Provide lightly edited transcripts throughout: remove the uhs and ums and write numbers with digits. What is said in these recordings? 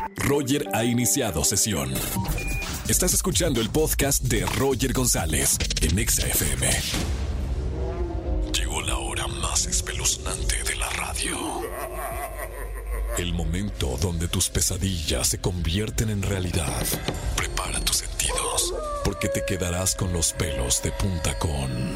Roger ha iniciado sesión. Estás escuchando el podcast de Roger González en Exa FM. Llegó la hora más espeluznante de la radio. El momento donde tus pesadillas se convierten en realidad. Prepara tus sentidos, porque te quedarás con los pelos de punta con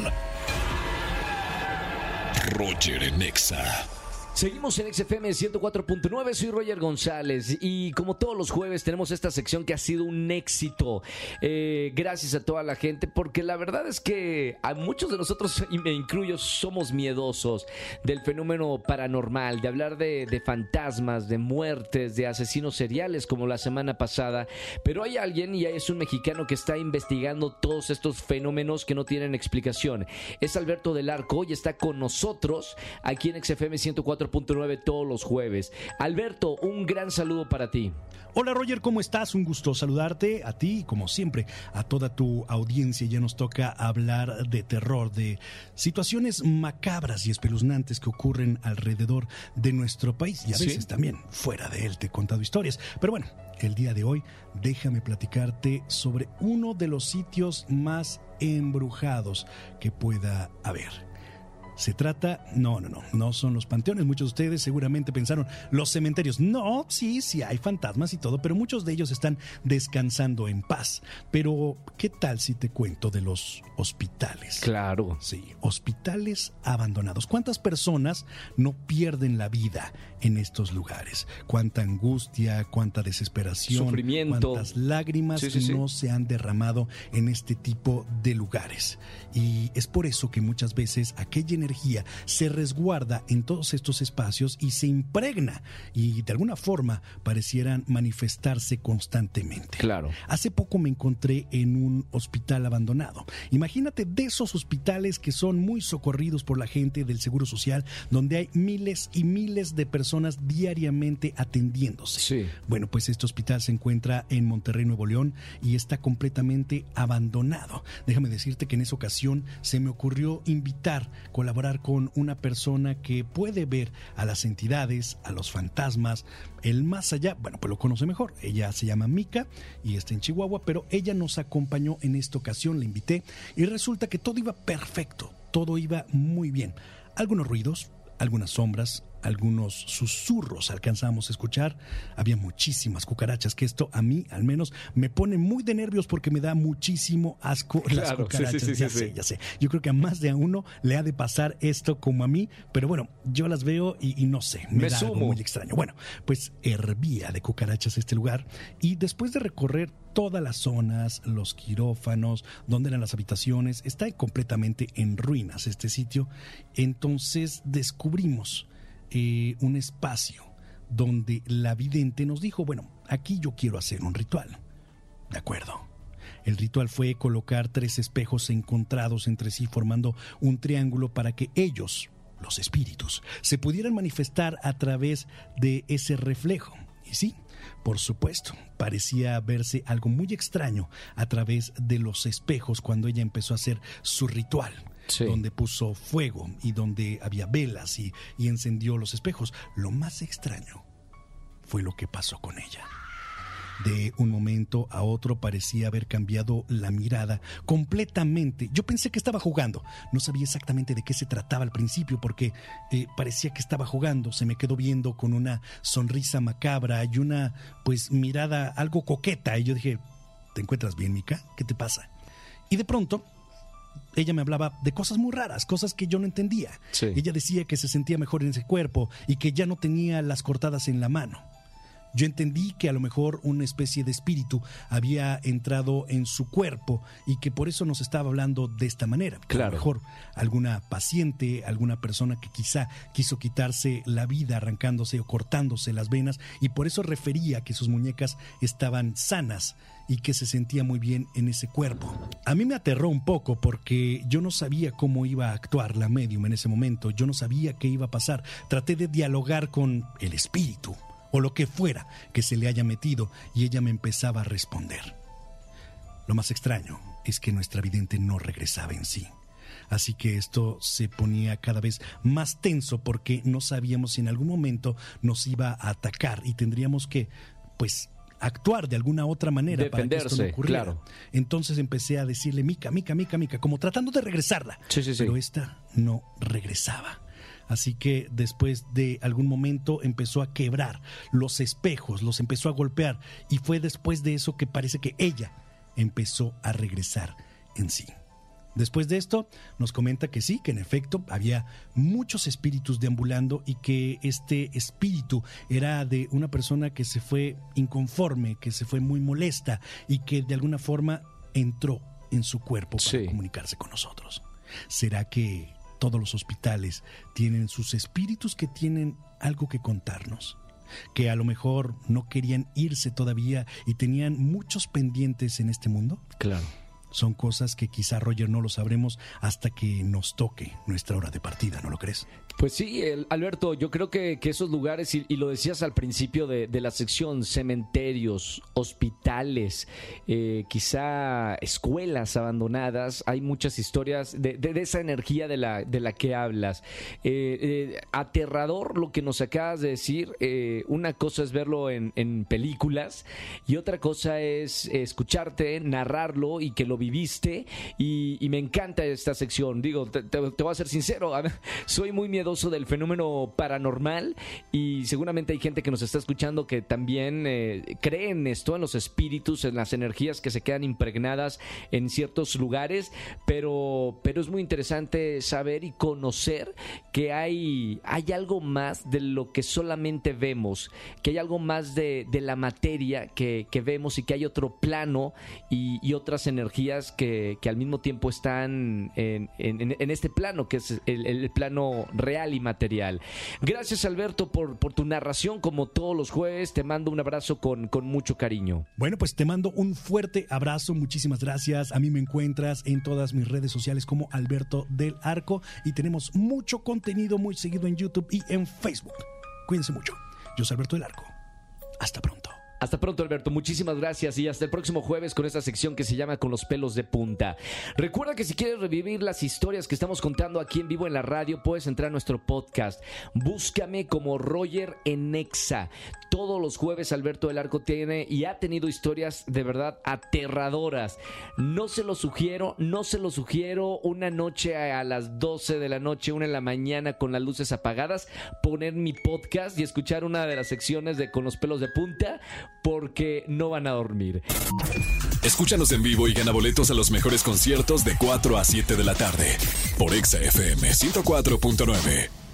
Roger en Exa. Seguimos en XFM 104.9, soy Roger González y como todos los jueves tenemos esta sección que ha sido un éxito. Gracias a toda la gente, porque la verdad es que a muchos de nosotros, y me incluyo, somos miedosos del fenómeno paranormal, de hablar de fantasmas, de muertes, de asesinos seriales como la semana pasada. Pero hay alguien, y es un mexicano, que está investigando todos estos fenómenos que no tienen explicación. Es Alberto del Arco y está con nosotros aquí en XFM 104.9 todos los jueves. Alberto, un gran saludo para ti. Hola Roger, ¿cómo estás? Un gusto saludarte a ti y como siempre a toda tu audiencia. Ya nos toca hablar de terror, de situaciones macabras y espeluznantes que ocurren alrededor de nuestro país y a veces también fuera de él. Te he contado historias, pero bueno, el día de hoy déjame platicarte sobre uno de los sitios más embrujados que pueda haber. Se trata, no son los panteones. Muchos de ustedes seguramente pensaron, los cementerios. No, sí hay fantasmas y todo, pero muchos de ellos están descansando en paz. Pero, ¿qué tal si te cuento de los hospitales? Claro. Sí, hospitales abandonados. ¿Cuántas personas no pierden la vida en estos lugares? ¿Cuánta angustia, cuánta desesperación, sufrimiento, cuántas lágrimas no se han derramado en este tipo de lugares? Y es por eso que muchas veces aquella energía se resguarda en todos estos espacios y se impregna y de alguna forma parecieran manifestarse constantemente. Claro. Hace poco me encontré en un hospital abandonado. Imagínate, de esos hospitales que son muy socorridos por la gente del Seguro Social, donde hay miles y miles de personas diariamente atendiéndose. Sí. Bueno, pues este hospital se encuentra en Monterrey, Nuevo León, y está completamente abandonado. Déjame decirte que en esa ocasión se me ocurrió colaborar con una persona que puede ver a las entidades, a los fantasmas, el más allá. Bueno, pues lo conoce mejor. Ella se llama Mica y está en Chihuahua, pero ella nos acompañó en esta ocasión, la invité y resulta que todo iba perfecto, todo iba muy bien. Algunos ruidos, algunas sombras, algunos susurros alcanzamos a escuchar. Había muchísimas cucarachas, que esto a mí al menos me pone muy de nervios porque me da muchísimo asco las cucarachas. Ya sé. Yo creo que a más de a uno le ha de pasar esto como a mí, pero bueno, yo las veo y no sé, me da algo muy extraño. Bueno, pues hervía de cucarachas este lugar y después de recorrer todas las zonas, los quirófanos, donde eran las habitaciones, está completamente en ruinas este sitio. Entonces descubrimos un espacio donde la vidente nos dijo, bueno, aquí yo quiero hacer un ritual. De acuerdo. El ritual fue colocar 3 espejos encontrados entre sí formando un triángulo para que ellos, los espíritus, se pudieran manifestar a través de ese reflejo. Y sí, por supuesto, parecía verse algo muy extraño a través de los espejos cuando ella empezó a hacer su ritual. Sí. Donde puso fuego y donde había velas y encendió los espejos. Lo más extraño fue lo que pasó con ella. De un momento a otro parecía haber cambiado la mirada completamente. Yo pensé que estaba jugando. No sabía exactamente de qué se trataba al principio porque parecía que estaba jugando. Se me quedó viendo con una sonrisa macabra y una mirada algo coqueta. Y yo dije, ¿te encuentras bien, Mica? ¿Qué te pasa? Y de pronto ella me hablaba de cosas muy raras, cosas que yo no entendía. Sí. Ella decía que se sentía mejor en ese cuerpo y que ya no tenía las cortadas en la mano. Yo entendí que a lo mejor una especie de espíritu había entrado en su cuerpo y que por eso nos estaba hablando de esta manera. Claro. A lo mejor alguna paciente, alguna persona que quizá quiso quitarse la vida arrancándose o cortándose las venas y por eso refería que sus muñecas estaban sanas y que se sentía muy bien en ese cuerpo. A mí me aterró un poco porque yo no sabía cómo iba a actuar la médium en ese momento. Yo no sabía qué iba a pasar. Traté de dialogar con el espíritu o lo que fuera que se le haya metido y ella me empezaba a responder. Lo más extraño es que nuestra vidente no regresaba en sí. Así que esto se ponía cada vez más tenso porque no sabíamos si en algún momento nos iba a atacar y tendríamos que pues actuar de alguna otra manera defenderse, para que esto no ocurriera. claro. Entonces empecé a decirle Mica, como tratando de regresarla. Sí. Pero esta no regresaba. Así que después de algún momento empezó a quebrar los espejos, los empezó a golpear, y fue después de eso que parece que ella empezó a regresar en sí. Después de esto nos comenta que sí, que en efecto había muchos espíritus deambulando y que este espíritu era de una persona que se fue inconforme, que se fue muy molesta y que de alguna forma entró en su cuerpo para comunicarse con nosotros. ¿Será que todos los hospitales tienen sus espíritus que tienen algo que contarnos? Que a lo mejor no querían irse todavía y tenían muchos pendientes en este mundo. Claro. Son cosas que quizá, Roger, no lo sabremos hasta que nos toque nuestra hora de partida, ¿no lo crees? Pues sí, Alberto, yo creo que esos lugares, y lo decías al principio de la sección, cementerios, hospitales, quizá escuelas abandonadas, hay muchas historias de esa energía de la que hablas. Aterrador lo que nos acabas de decir. Una cosa es verlo en películas y otra cosa es escucharte, narrarlo y que lo viviste, y me encanta esta sección. Digo, te voy a ser sincero, soy muy miedoso del fenómeno paranormal y seguramente hay gente que nos está escuchando que también cree en esto, en los espíritus, en las energías que se quedan impregnadas en ciertos lugares, pero es muy interesante saber y conocer que hay algo más de lo que solamente vemos, que hay algo más de la materia que vemos y que hay otro plano y otras energías que al mismo tiempo están en este plano, que es el plano real y material. Gracias, Alberto, por tu narración, como todos los jueves. Te mando un abrazo con mucho cariño. Bueno, pues te mando un fuerte abrazo, muchísimas gracias. A mí me encuentras en todas mis redes sociales como Alberto del Arco, y tenemos mucho contenido muy seguido en YouTube y en Facebook. Cuídense mucho. Yo soy Alberto del Arco. Hasta pronto. Hasta pronto, Alberto. Muchísimas gracias y hasta el próximo jueves con esta sección que se llama Con los pelos de punta. Recuerda que si quieres revivir las historias que estamos contando aquí en vivo en la radio, puedes entrar a nuestro podcast. Búscame como Roger en Exa. Todos los jueves Alberto del Arco tiene y ha tenido historias de verdad aterradoras. No se lo sugiero una noche a las 12 de la noche, 1 de la mañana con las luces apagadas, poner mi podcast y escuchar una de las secciones de Con los pelos de punta, porque no van a dormir. Escúchanos en vivo y gana boletos a los mejores conciertos de 4 a 7 de la tarde por Exa FM 104.9.